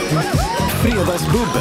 Fredagsbubbel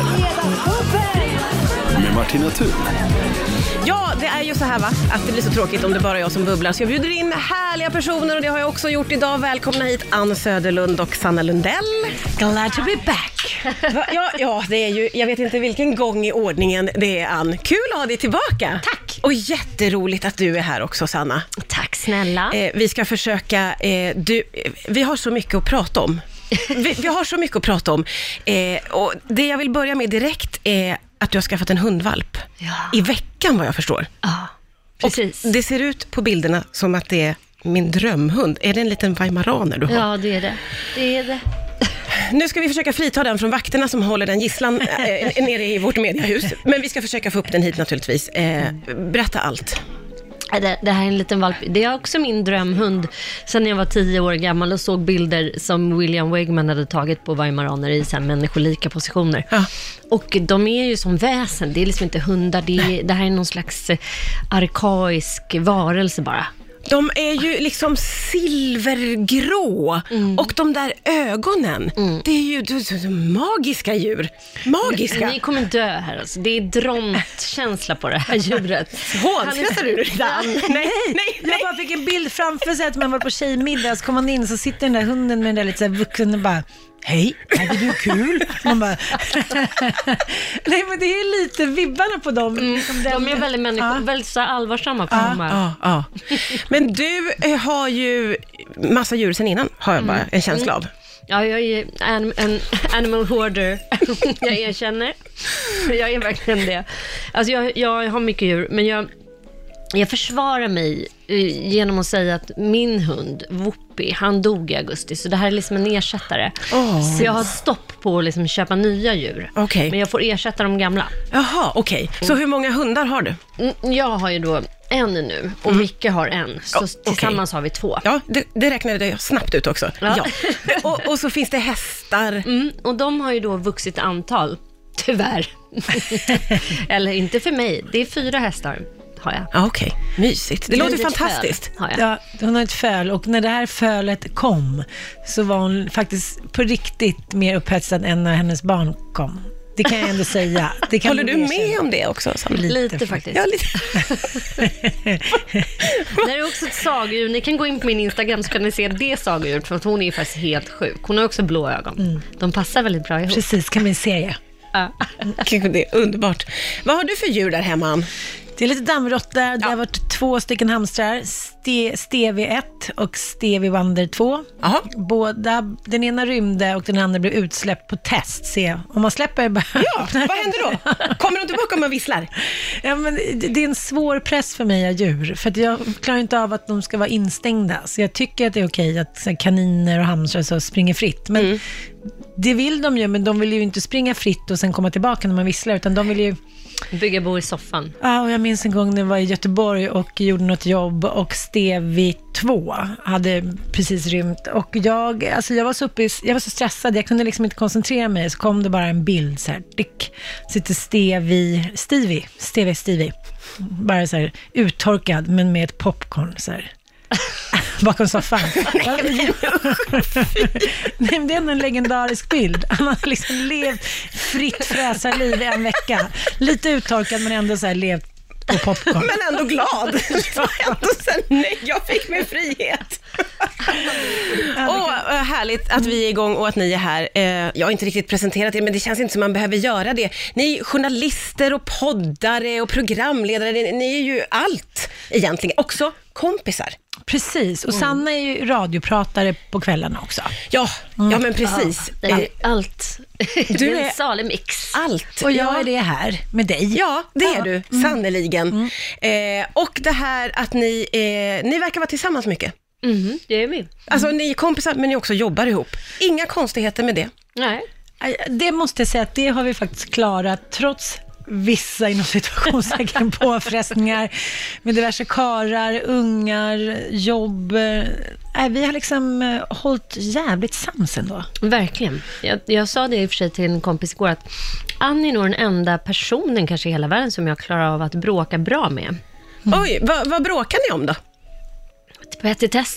med Martina Thun. Ja, det är ju så här att det blir så tråkigt om det bara är jag som bubblar. Så jag bjuder in härliga personer och det har jag också gjort idag. Välkomna hit Ann Söderlund och Sanna Lundell. Glad to be back. Ja, det är ju, jag vet inte vilken gång i ordningen det är, Ann. Kul att ha dig tillbaka. Tack. Och jätteroligt att du är här också, Sanna. Tack snälla. Vi ska försöka, vi har så mycket att prata om. Vi har så mycket att prata om. Och det jag vill börja med direkt är att du har skaffat en hundvalp. Ja. I veckan, vad jag förstår. Ja, precis. Och det ser ut på bilderna som att det är min drömhund. Är det en liten weimaraner du har? Ja, det är det. Det är det. Nu ska vi försöka frita den från vakterna som håller den gisslan nere i vårt mediahus. Men vi ska försöka få upp den hit naturligtvis. Berätta allt. Det här är en liten valp. Det är också min drömhund sen jag var 10 år gammal och såg bilder som William Wegman hade tagit på weimaraner i så här människolika positioner. Ja. Och de är ju som väsen. Det är liksom inte hundar. Det här är någon slags arkaisk varelse bara. De är ju liksom silvergrå och de där ögonen, det är ju magiska djur. Magiska. Ni kommer dö här alltså. Det är drontkänsla på det här djuret. Hånskrattar du redan? Nej. Jag bara fick en bild framför sig att man var på tjejmiddag, så kom man in så sitter den där hunden med den där lite så här vuxen och bara: hej, hade du kul? Man bara nej, men det är lite vibbarna på dem. De är väldigt väldigt så allvarsamma på dem. Ja. Men du har ju massa djur sen innan, har jag bara en känsla av. Ja, jag är en animal hoarder. Jag erkänner. Jag är verkligen det. Alltså jag har mycket djur, men jag försvarar mig genom att säga att min hund, Whoopi, han dog i augusti. Så det här är liksom en ersättare. Så jag har stopp på att liksom köpa nya djur. Okay. Men jag får ersätta de gamla. Jaha, okej. Så hur många hundar har du? Jag har ju då en nu och Micke har en. Så tillsammans har vi 2. Ja, det räknade jag snabbt ut också. Ja. Och så finns det hästar. Och de har ju då vuxit antal. Tyvärr. Eller inte för mig. Det är 4 hästar. Okej, mysigt. Det låter fantastiskt. Ja, hon har ett föl, och när det här fölet kom så var hon faktiskt på riktigt mer upphetsad än när hennes barn kom. Det kan jag ändå säga. Håller du med om det också, Sam? Lite faktiskt. Ja, lite. Det är också ett sagdjur. Ni kan gå in på min Instagram så kan ni se det sagdjuret, för att hon är faktiskt helt sjuk. Hon har också blå ögon. De passar väldigt bra ihop. Precis, kan vi se. Ja. Det är underbart. Vad har du för djur där hemma? Det är lite dammråttor. Det har varit 2 stycken hamstrar. Stevie 1 och Stevie Wonder 2. Aha. Båda, den ena rymde och den andra blev utsläppt på test. Se, om man släpper bara... Ja, vad händer då? Kommer de tillbaka om man visslar? Ja, men det är en svår press för mig av djur. För att jag klarar inte av att de ska vara instängda. Så jag tycker att det är okej att så, kaniner och hamstrar så springer fritt. Men det vill de ju, men de vill ju inte springa fritt och sen komma tillbaka när man visslar. Utan de vill ju... bygga bo i soffan. Ja, och jag minns en gång när jag var i Göteborg och gjorde något jobb och Stevie 2 hade precis rymt. Och jag var så stressad, jag kunde liksom inte koncentrera mig. Så kom det bara en bild så här, dick, sitter Stevie. Bara så här uttorkad, men med ett popcorn så här. Bakom soffan. Nej, men det är en legendarisk bild. Han har liksom levt fritt fräsarliv i en vecka. Lite uttorkad, men ändå så här levt på popcorn. Men ändå glad. Nej, jag fick min frihet. Härligt att vi är igång och att ni är här. Jag har inte riktigt presenterat er, men det känns inte som man behöver göra det. Ni är journalister och poddare och programledare. Ni är ju allt egentligen. Också kompisar. Precis, och Sanna är ju radiopratare på kvällarna också. Ja, men precis. Det är allt. Du är en salig mix. Allt. Och jag är det här med dig. Ja, det är du, sannoliken. Och det här att ni verkar vara tillsammans mycket. Det är vi. Alltså ni är kompisar, men ni också jobbar ihop. Inga konstigheter med det. Nej. Det måste jag säga att det har vi faktiskt klarat, trots vissa inom situationstecken påfrestningar med diverse karar, ungar, jobb. Vi har liksom hållit jävligt sams ändå. Verkligen. Jag sa det i och för sig till en kompis igår att Annie är nog den enda personen kanske i hela världen som jag klarar av att bråka bra med. Oj, vad bråkar ni om då? Petitesser.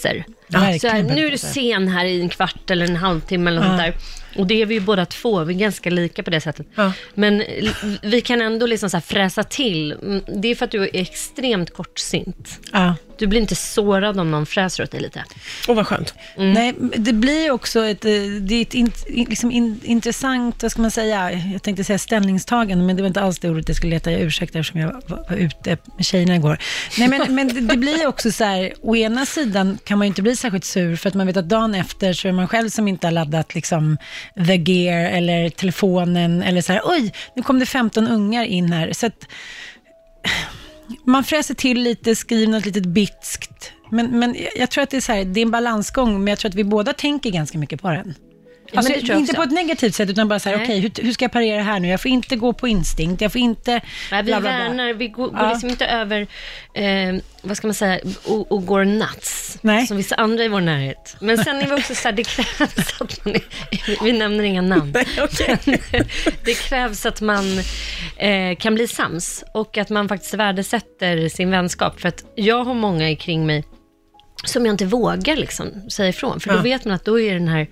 Så här, nu är du sen här i en kvart eller en halvtimme eller något där. Och det är vi ju båda två, vi är ganska lika på det sättet. Men vi kan ändå liksom så här fräsa till. Det är för att du är extremt kortsynt. Du blir inte sårad om någon fräser åt dig lite. Vad skönt. Nej, det blir också ett intressant, vad ska man säga, jag tänkte säga ställningstagande, men det var inte alls det ordet jag skulle leta, jag ursäkta eftersom jag var ute med tjejerna igår. Nej, men det blir också så här, å ena sidan kan man ju inte bli särskilt sur för att man vet att dagen efter så är man själv som inte har laddat liksom the gear eller telefonen eller så här, oj, nu kom det 15 ungar in här. Så att man fräser till lite, skriver något litet bitskt. Men jag tror att det är så här, det är en balansgång, men jag tror att vi båda tänker ganska mycket på den. Alltså, inte på ett negativt sätt, utan bara så här, okej, hur ska jag parera här nu? Jag får inte gå på instinkt, jag får inte... Nej, vi värnar, vi går liksom inte över, vad ska man säga, och går nuts. Nej. Som vissa andra i vår närhet. Men sen är vi också så här, det krävs att man vi nämner inga namn. Det krävs att man kan bli sams och att man faktiskt värdesätter sin vänskap. För att jag har många kring mig som jag inte vågar liksom säga ifrån. För då vet man att då är den här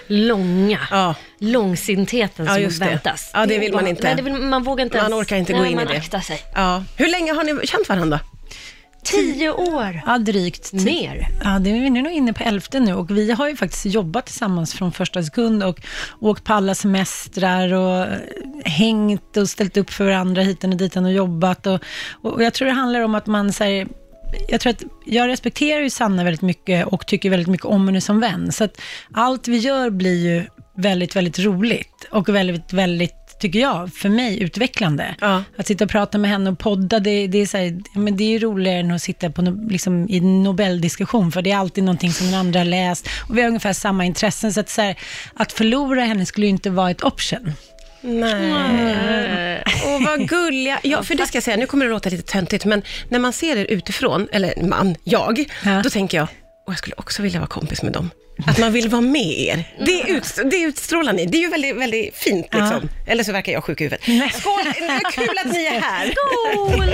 långsintheten som väntas. Ja, det vill man inte. Nej, man vågar inte. Man orkar inte gå in i det. Aktar sig. Ja. Hur länge har ni känt varandra? 10 år. Ja, drygt. Mer. Ja, det är vi nog inne på 11 nu. Och vi har ju faktiskt jobbat tillsammans från första sekund och åkt på alla semestrar och hängt och ställt upp för varandra hiten och ditan och jobbat. Och jag tror det handlar om att man säger... Jag tror att jag respekterar ju Sanna väldigt mycket och tycker väldigt mycket om henne som vän. Så att allt vi gör blir ju väldigt, väldigt roligt och väldigt, väldigt, tycker jag, för mig utvecklande. Att sitta och prata med henne och podda, det är så här, men det är ju roligare än att sitta på liksom, i en Nobeldiskussion, för det är alltid någonting som den andra har läst och vi har ungefär samma intressen, så att, så här, att förlora henne skulle ju inte vara ett option. Nej. Åh, vad gulliga. Ja, för det ska jag säga, nu kommer det låta lite töntigt, men när man ser er utifrån, eller då tänker jag, jag skulle också vilja vara kompis med dem. Att man vill vara med er. Det utstrålar ni. Det är ju väldigt, väldigt fint liksom. Eller så verkar jag sjuk i huvudet. Skål, det är kul att ni är här. Skål!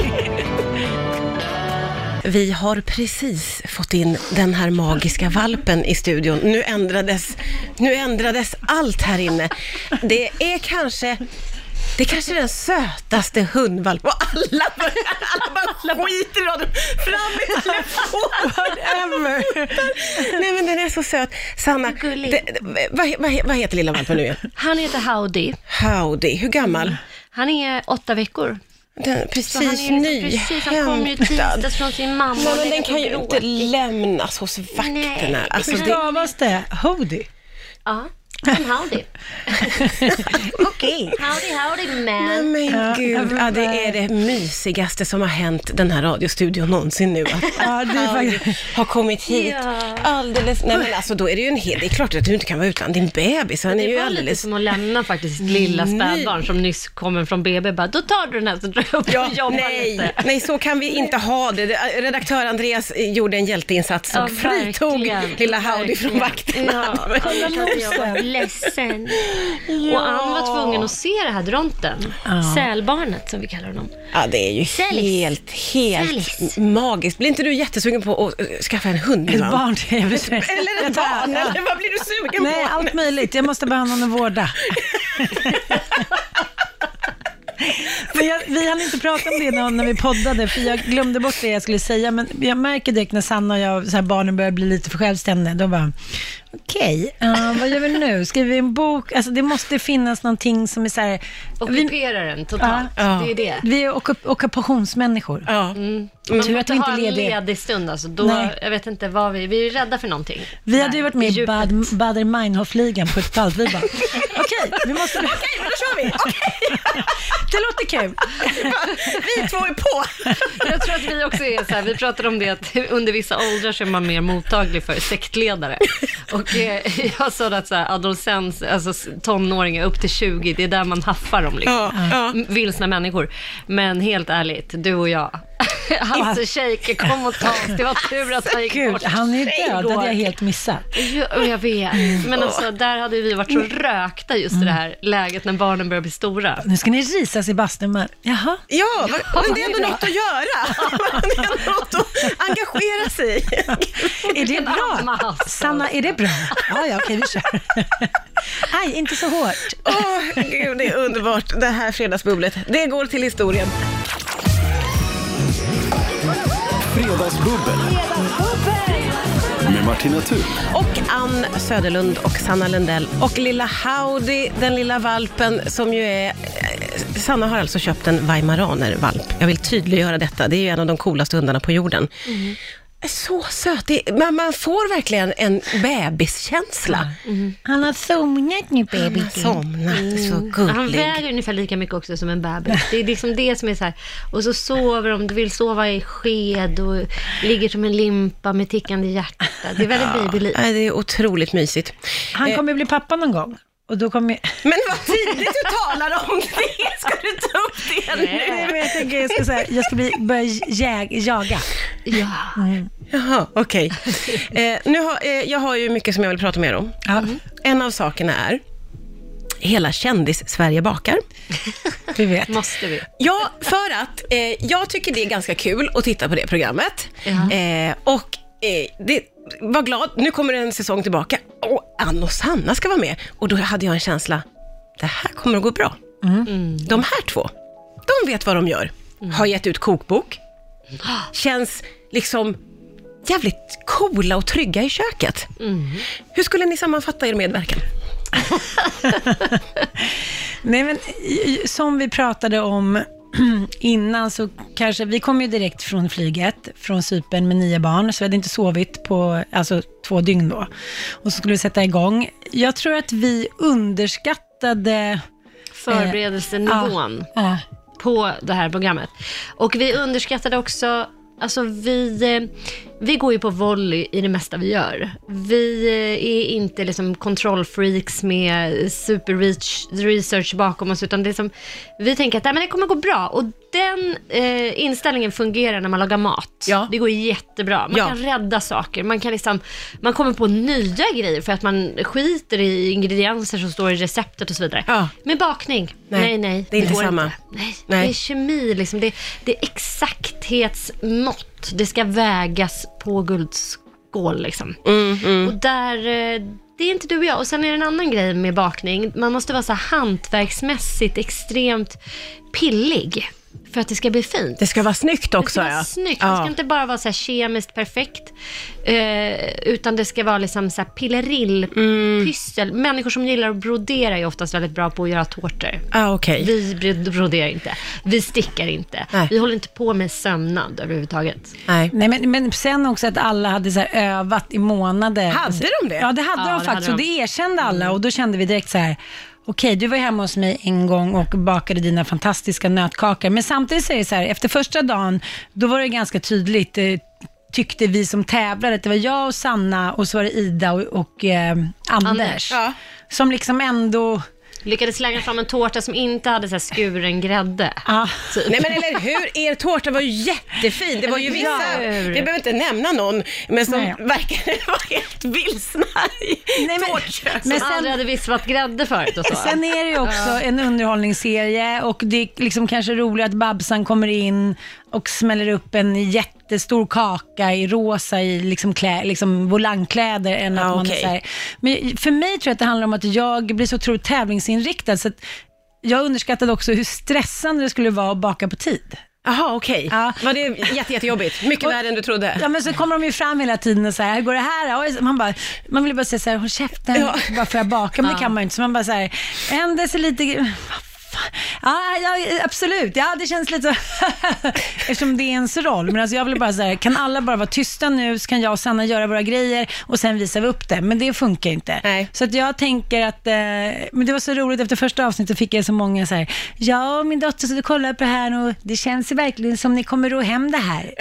Vi har precis fått in den här magiska valpen i studion. Nu ändrades allt här inne. Det är kanske den sötaste hundvalp. Och alla bara skiter i dem. Fram i telefonen. Nej, men den är så söt. Sanna, vad heter lilla valpen nu igen? Han heter Howdy. Howdy, hur gammal? Han är 8 veckor. Den precis ny. Han kom ju tisdags från sin mamma. Nej, men den kan ju inte lämnas hos vakterna. Alltså, hur stavas det? Howdy? Ja, som Howdy. Okej. Howdy man. Nej, men gud, det är det mysigaste som har hänt den här radiostudion någonsin nu. Att Howdy har kommit hit alldeles. Nej, men alltså då är det ju det är klart att du inte kan vara utan din bebis. Han är ju alldeles lite som att lämna faktiskt sitt lilla spädbarn som nyss kommer från BB. Bara, då tar du den här så drar jag upp och jobbar lite. Nej, så kan vi inte ha det. Redaktör Andreas gjorde en hjälteinsats och fritog lilla Howdy från vakterna. Jag var ledsen. Och Ann var tvungen att se det här dronten. Sälbarnet som vi kallar honom. Ja, det är ju helt magiskt. Blir inte du jättesugen på att skaffa en hund? Ett barn. Eller ett barn, eller vad blir du sugen på? Nej, allt möjligt. Jag måste bara ha någon att vårda. Men vi hann inte prata om det när vi poddade, för jag glömde bort det jag skulle säga, men jag märker direkt när Sanna och jag, så här, barnen börjar bli lite för självständiga, då bara okej, vad gör vi nu? Skriver vi en bok? Alltså det måste finnas någonting som är så här... Ockuperar den totalt, det är det. Vi är ockupationsmänniskor. Man får inte ha en ledig stund, alltså. Då, jag vet inte vad vi är rädda för någonting. Vi hade ju varit med i Baader-Meinhof-ligan på ett fall. Vi bara, okej, vi måste... Okej, men då kör vi. Det låter kul. Vi två är på. Jag tror att vi också är så här, vi pratade om det att under vissa åldrar så är man mer mottaglig för sektledare. Och jag sa att så här, adolescens, alltså tonåringar upp till 20, det är där man haffar dem liksom. Vilsna människor. Men helt ärligt, du och jag, Hasse Scheike kom och ta oss. Det var tur att han gick bort. Han är död, det hade jag helt missat. Jag vet. Men alltså, där hade vi varit så rökta just i det här läget när barnen börjar bli stora. Nu ska ni risas i bastun med man, jaha. Ja, men det är ändå något att göra. Det är ändå något att engagera sig i. Är det bra? Sanna, är det bra? Ja, okej, vi kör. Nej, inte så hårt. Gud, det är underbart. Det här fredagsbubblet, det går till historien. Fredagsbubbel med Martina Thun och Ann Söderlund och Sanna Lendell och lilla Howdy, den lilla valpen som ju är... Sanna har alltså köpt en Weimaraner-valp. Jag vill tydliggöra detta. Det är ju en av de coolaste hundarna på jorden. Så söt. Man får verkligen en bebiskänsla. Han har somnat nu, baby. Så gullig. Han väger ungefär lika mycket också som en bebis. Det är liksom det som är så här. Och så sover de, du vill sova i sked och ligger som en limpa med tickande hjärta. Det är väldigt babyliv. Det är otroligt mysigt. Han kommer bli pappa någon gång. Och då kommer... Men vad tidigt du talar om det. Ska du ta upp det nu? Nej, men jag tänker jag ska börja jaga. Ja. Jaha, okej. Jag har ju mycket som jag vill prata med om. Ja. En av sakerna är hela Kändis-Sverige bakar. Vi vet. Måste vi. Ja, för att jag tycker det är ganska kul att titta på det programmet. Var glad, nu kommer en säsong tillbaka och Ann och Sanna ska vara med. Och då hade jag en känsla, det här kommer att gå bra. De här två, de vet vad de gör. Har gett ut kokbok. Känns liksom jävligt coola och trygga i köket. Hur skulle ni sammanfatta er medverkan? Nej, men som vi pratade om innan, så kanske vi kom ju direkt från flyget från Cypern med 9 barn, så vi hade inte sovit på 2 dygn då, och så skulle vi sätta igång. Jag tror att vi underskattade förberedelsenivån på det här programmet, och vi underskattade också, alltså vi går ju på volley i det mesta vi gör. Vi är inte liksom kontrollfreaks med super research bakom oss, utan det är som, vi tänker att men det kommer gå bra. Och den inställningen fungerar när man lagar mat. Ja. Det går jättebra. Man kan rädda saker. Man kan man kommer på nya grejer för att man skiter i ingredienser som står i receptet och så vidare. Ja. Med bakning, nej. Det är inte går samma. Nej, det är kemi liksom. Det är exakthetsmått. Det ska vägas på guldskål liksom. Och där, det är inte du och jag. Och sen är det en annan grej med bakning. Man måste vara så hantverksmässigt extremt pillig för att det ska bli fint. Det ska vara snyggt också. Det ska vara snyggt. Det ska inte bara vara så här kemiskt perfekt, utan det ska vara liksom så här pillerillpyssel. Människor som gillar att brodera är oftast väldigt bra på att göra tårtor. Okay. Vi broderar inte. Vi stickar inte. Nej. Vi håller inte på med sömnad överhuvudtaget. Nej, men sen också att alla hade så här övat i månader. Hade de det? Ja, det hade de faktiskt. Och det erkände alla. Och då kände vi direkt så här: okej, du var hemma hos mig en gång och bakade dina fantastiska nötkakor. Men samtidigt så är det så här, efter första dagen, då var det ganska tydligt, tyckte vi som tävlade, att det var jag och Sanna och så var det Ida och Anders. Ja. Som liksom ändå... Lyckades slänga fram en tårta som inte hade så här skuren grädde. Typ. Nej, men eller hur? Er tårta var ju jättefin. Det var ju vissa, vi behöver inte nämna någon, men som verkade vara helt vilsna i tårtkök. Men sen aldrig hade visvat grädde förut och så. Sen är det ju också en underhållningsserie, och det är liksom kanske roligt att Babsan kommer in och smäller upp en jättestor kaka i rosa i liksom volangkläder än att man är så här. Men för mig tror jag att det handlar om att jag blir så otroligt tävlingsinriktad, så att jag underskattade också hur stressande det skulle vara att baka på tid. Jaha, okej. Ja. Var det jättejobbigt? Mycket värre än du trodde? Ja, men så kommer de ju fram hela tiden och så här: hur går det här? Och man vill bara säga så här: håll käften, bara för jag baka, men det kan man inte. Så man bara så här, ändå så lite... Ja, absolut. Ja, det känns lite så eftersom det är ens roll. Men alltså jag vill bara säga, kan alla bara vara tysta nu, så kan jag och Sanna göra våra grejer och sen visar vi upp det. Men det funkar inte. Nej. Så att jag tänker att men det var så roligt, efter första avsnittet fick jag så många så här: ja, min dotter så kollar på det här och det känns verkligen som ni kommer ro hem det här.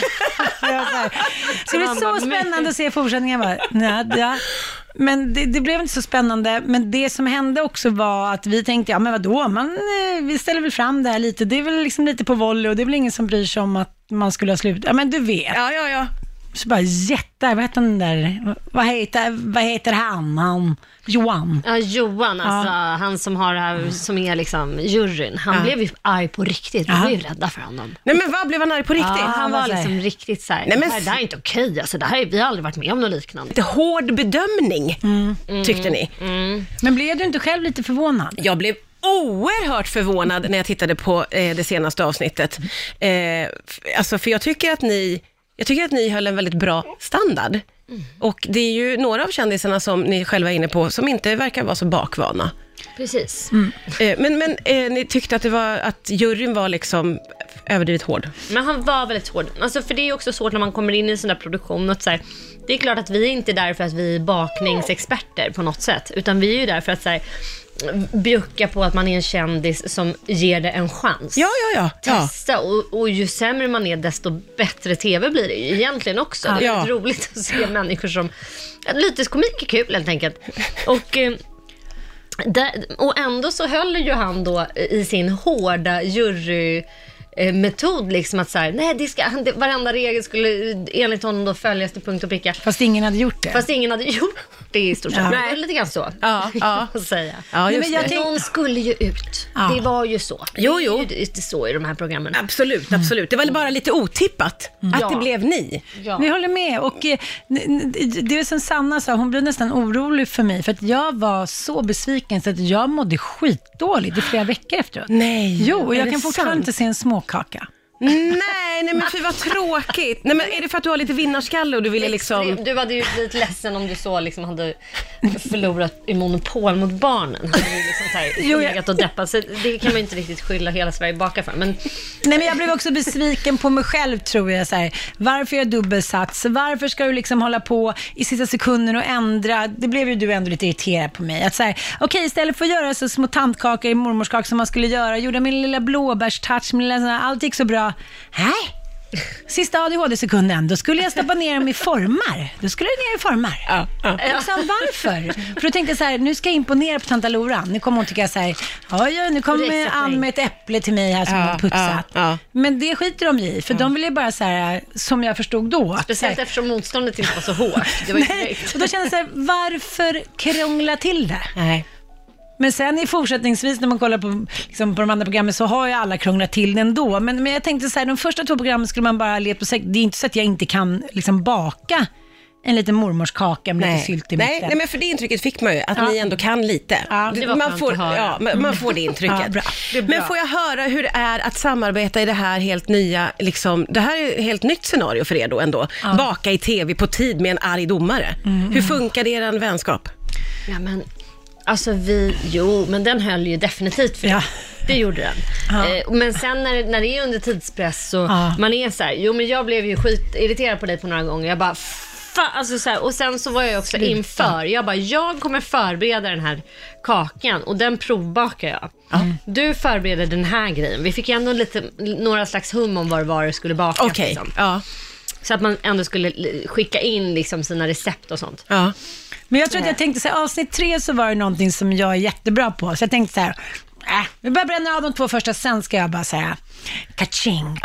Så det är så spännande att se fortsättningen. Ja. Men det blev inte så spännande. Men det som hände också var att vi tänkte, ja men vadå, vi ställer väl fram det här lite. Det är väl liksom lite på volley och det är väl ingen som bryr sig om att man skulle ha slut. Ja, men du vet. Ja. Så bara vad heter den där? Vad heter han? Johan. Ja, Johan, alltså han som har det här, som är liksom juryn. Han blev ju arg på riktigt. Vi var ju rädda för honom. Nej, men vad blev han arg på riktigt? Han var liksom riktigt så här, det här är inte okej. Alltså, vi har aldrig varit med om något liknande. Det hård bedömning, tyckte ni. Men blev du inte själv lite förvånad? Jag blev oerhört förvånad när jag tittade på det senaste avsnittet. Alltså, för jag tycker att ni höll en väldigt bra standard. Och det är ju några av kändisarna som ni själva är inne på som inte verkar vara så bakvana. Precis. Men ni tyckte att juryn var liksom överdrivet hård. Men han var väldigt hård. Alltså, för det är också svårt när man kommer in i en sån där produktion. Att så här, det är klart att vi är inte där för att vi är bakningsexperter på något sätt. Utan vi är ju där för att så här, bjucka på att man är en kändis som ger det en chans. Ja. Testa, och ju sämre man är desto bättre tv blir det ju egentligen också. Det är roligt att se människor som lite komik är kul helt enkelt. Och ändå så höll ju han då i sin hårda jurymetod liksom att så här, nej, varenda regel skulle enligt honom då följas till punkt och pricka. Fast ingen hade gjort det. Det är i stort sett. Det är lite grann så. Ja. Säga. Ja, men någon skulle ju ut. Det var ju så. Jo. Det är ju så i de här programmen. Absolut. Det var bara lite otippat att det blev ni. Ja. Vi håller med. Och det är som Sanna sa, hon blev nästan orolig för mig. För att jag var så besviken så att jag mådde skitdåligt i flera veckor efteråt. Nej. Jo, och jag kan fortfarande inte se en småkaka. Nej, men fy vad tråkigt. Nej, men är det för att du har lite vinnarskalle och du ville liksom... Du hade ju blivit ledsen om du så liksom hade förlorat i monopol mot barnen. Hade du liksom så här legat och deppat. Så det kan man inte riktigt skylla hela Sverige baka för. Men... Nej, men jag blev också besviken på mig själv, tror jag. Så här, varför jag dubbelsats? Varför ska du liksom hålla på i sista sekunden och ändra? Det blev ju du ändå lite irriterad på mig. Att så här, okej, istället för att göra så små tantkakor i mormorskak som man skulle göra, gjorde min lilla blåbärstouch, allt gick så bra. Nej. Sista ADHD-sekunden, då skulle jag stoppa ner dem i formar. Då skulle jag ner i formar. Liksom, varför? För då tänkte jag så här, nu ska jag imponera på tanta Lora. Nu kommer hon tycka så här, oj, nu kommer Ann med ett äpple till mig här som hon putsat. Men det skiter de i, för de vill ju bara så här, som jag förstod då. Speciellt eftersom motståndet inte var så hårt. Det var Nej, och då kände jag så här, varför krångla till det? Nej. Men sen i fortsättningsvis när man kollar på, liksom, på de andra programmen så har ju alla krånglat till den ändå. Men jag tänkte så här, de första 2 programmen skulle man bara leta på sig. Det är inte så att jag inte kan liksom baka en liten mormorskaka med lite sylt i mitten. Nej, men för det intrycket fick man ju, att ni ändå kan lite. Man får det intrycket. Bra. Men får jag höra hur det är att samarbeta i det här helt nya, liksom, det här är ett helt nytt scenario för er då ändå. Baka i tv på tid med en arg domare. Hur funkar er vänskap? Ja, men alltså men den höll ju definitivt för det gjorde den. Men sen när det är under tidspress så man är så här, men jag blev ju skitirriterad på dig på några gånger. Jag bara, alltså så här, och sen så var jag också inför. Jag kommer förbereda den här kakan och den provbakar jag. Du förbereder den här grejen. Vi fick ju ändå några slags hum om vad det skulle bakas. Okej. Liksom. Så att man ändå skulle skicka in liksom sina recept och sånt. Men jag tror att jag tänkte så här, avsnitt 3 så var det någonting som jag är jättebra på. Så jag tänkte så här, vi börjar bränna av de 2 första, sen ska jag bara säga kaching.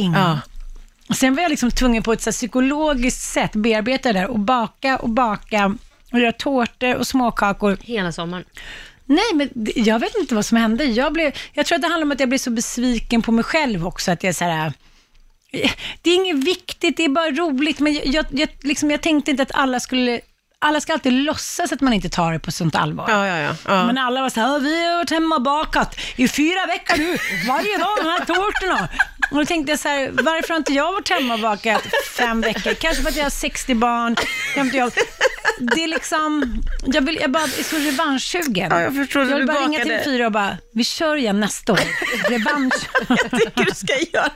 Och sen var jag liksom tvungen på ett så här psykologiskt sätt bearbeta det där och baka och göra tårtor och småkakor. Hela sommaren. Nej, men jag vet inte vad som hände. Jag tror att det handlar om att jag blev så besviken på mig själv också, att jag så här, det är inget viktigt, det är bara roligt, men jag tänkte inte att alla ska alltid låtsas att man inte tar det på sånt allvar. Men alla var så här, vi har varit hemma och bakat i 4 veckor nu, varje dag de här tårtorna. Och då tänkte jag så här, varför har inte jag varit hemma och bakat 5 veckor? Kanske för att jag har 60 barn. Det är liksom, jag bara är så revanschsugen. Jag förstår. Jag vill bara ringa till 4 och bara, vi kör igen nästa år. Revansch. Jag tycker du ska göra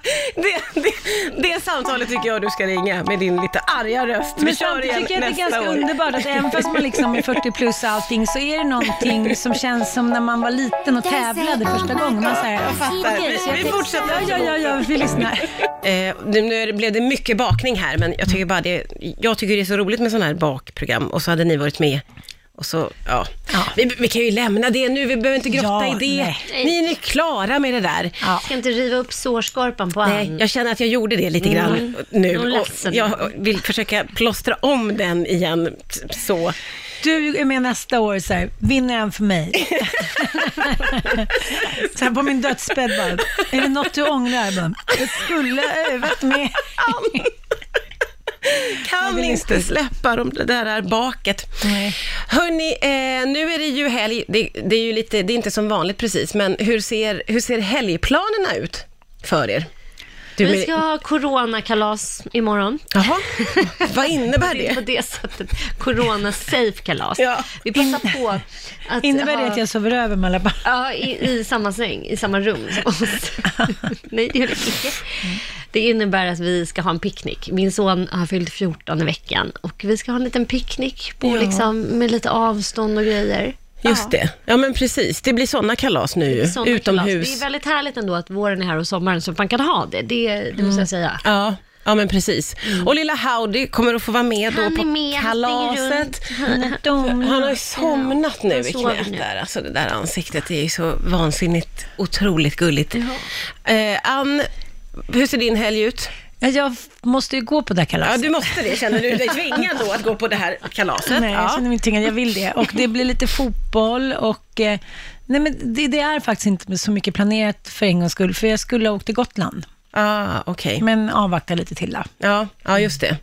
det samtalet tycker jag du ska ringa med din lite arga röst. Men samtidigt tycker jag att det är ganska underbart att även fast man liksom är 40 plus allting, så är det någonting som känns som när man var liten och tävlade första gången. Man säger, jag fattar. Vi fortsätter. Ja, vi lyssnar. Nu blev det mycket bakning här, men jag tycker det är så roligt med sådana här bakprogram, och så hade ni varit med Och så, vi kan ju lämna det nu, vi behöver inte grotta i det. Nej. Ni är klara med det där. Jag ska inte riva upp sårskorpan på Nej, jag känner att jag gjorde det lite grann nu. Och jag vill försöka plåstra om den igen. Så. Du är med nästa år så här, vinner en för mig. Så här på min dödsbädd bara, är det något du ångrar? Jag skulle övat med. Kan inte släppa det där baket. Nej. Hörrni, nu är det ju helg. Det är ju lite, det är inte som vanligt precis, men hur ser helgplanerna ut för er? Vi ska ha coronakalas imorgon. Jaha, vad innebär det? På det sättet, corona-safe-kalas. Ja. Vi passar på att Innebär det att jag sover över med alla barn? Ja, i samma säng, i samma rum som oss. Nej, det gör det inte. Det innebär att vi ska ha en picknick. Min son har fyllt 14 i veckan och vi ska ha en liten picknick på liksom, med lite avstånd och grejer. Just det. Ja, men precis. Det blir sådana kalas nu, utomhus. Kalas. Det är väldigt härligt ändå att våren är här och sommaren så man kan ha det. Det måste jag säga. Ja, men precis. Och lilla Howdy kommer att få vara med då på kalaset. Han har ju somnat nu i knät där. Alltså det där ansiktet är ju så vansinnigt, otroligt gulligt. Ann, hur ser din helg ut? Jag måste ju gå på det här kalaset. Ja, du måste det. Känner du dig tvingad då att gå på det här kalaset? Nej, jag känner mig tvingad. Jag vill det. Och det blir lite fotboll och... nej, men det är faktiskt inte så mycket planerat för en gångs skull. För jag skulle ha åkt till Gotland. Okej. Men avvakta lite till då. Ja, just det.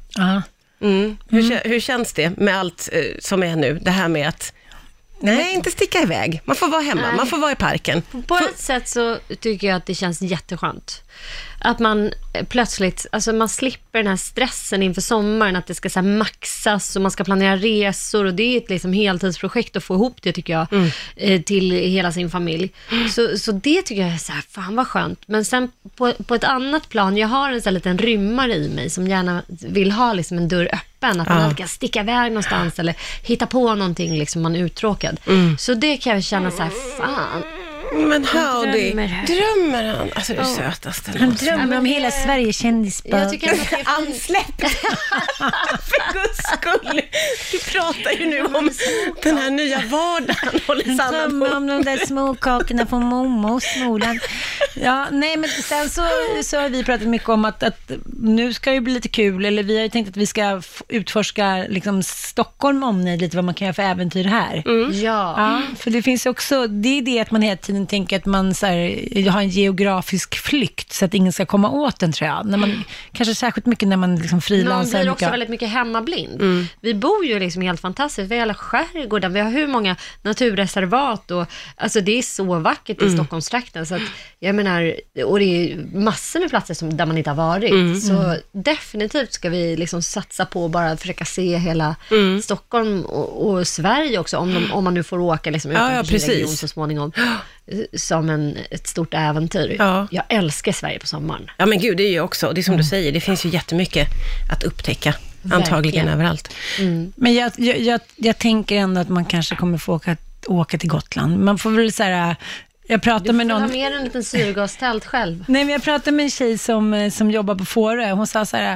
Hur känns det med allt som är nu? Det här med att... Nej, inte sticka iväg. Man får vara hemma, man får vara i parken. På ett sätt så tycker jag att det känns jätteskönt. Att man plötsligt, alltså man slipper den här stressen inför sommaren, att det ska så här maxas och man ska planera resor och det är ett liksom heltidsprojekt att få ihop det tycker jag till hela sin familj. Så det tycker jag är så här, fan vad skönt. Men sen på ett annat plan, jag har en sån här liten rymmare i mig som gärna vill ha liksom en dörr öppen, att man alltid kan sticka iväg någonstans eller hitta på någonting liksom man är uttråkad. Så det kan jag känna så här, fan. Men Howdy, drömmer han? Alltså det är sötaste. Han drömmer om hela Sverige kändisbad. Jag tycker att det är ansläppt. För guds skull. Du pratar ju nu om den här nya vardagen. Han drömmer om de där småkakorna från mormor Småland. Ja, nej men sen så har vi pratat mycket om att nu ska det bli lite kul, eller vi har ju tänkt att vi ska utforska liksom Stockholm omnejd lite vad man kan göra för äventyr här. Ja, för det finns också, det är det att man hela tiden tänker att man så här, har en geografisk flykt så att ingen ska komma åt den, tror jag. När man, kanske särskilt mycket när man liksom frilansar. Man blir också väldigt mycket hemmablind. Vi bor ju liksom helt fantastiskt. Vi har hela skärgården, vi har hur många naturreservat och alltså det är så vackert i Stockholmstrakten så att jag menar, och det är massor med platser där man inte har varit. Så definitivt ska vi liksom satsa på att bara försöka se hela Stockholm och Sverige också om man nu får åka liksom utanför sin region så småningom. Som ett stort äventyr. Jag älskar Sverige på sommaren. Ja men gud, det är ju också, det är som du säger, det finns ju jättemycket att upptäcka. Antagligen överallt. Men jag tänker ändå att man kanske kommer få åka till Gotland. Man får väl så här, jag pratar med någon. Du får ha mer en liten syrgastält själv. Nej, men jag pratade med en tjej som jobbar på Fårö. Hon sa så här,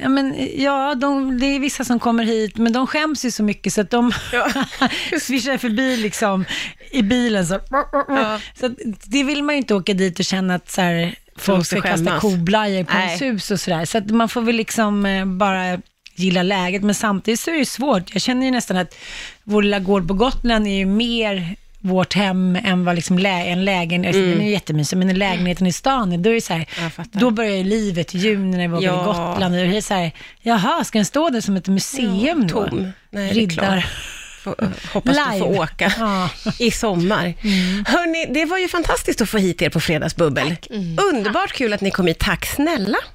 det är vissa som kommer hit, men de skäms ju så mycket så att de svischar förbi liksom i bilen så. Så det vill man ju inte åka dit och känna att så här, folk ska kasta koblajor på ens hus och sådär. Så att man får väl liksom bara gilla läget, men samtidigt så är det svårt. Jag känner ju nästan att vår lilla gård på Gotland är ju mer vårt hem än vad liksom en lägenhet, den är ju jättemysig, men en lägenheten i stan, då är det så här, då börjar ju livet i juni när vi åker till Gotland, och det är så här, jaha, ska den stå där som ett museum då? Tom. Nej, Riddar. Hoppas du får åka i sommar. Hörrni, det var ju fantastiskt att få hit er på Fredagsbubbel. Underbart kul att ni kom hit. Tack snälla.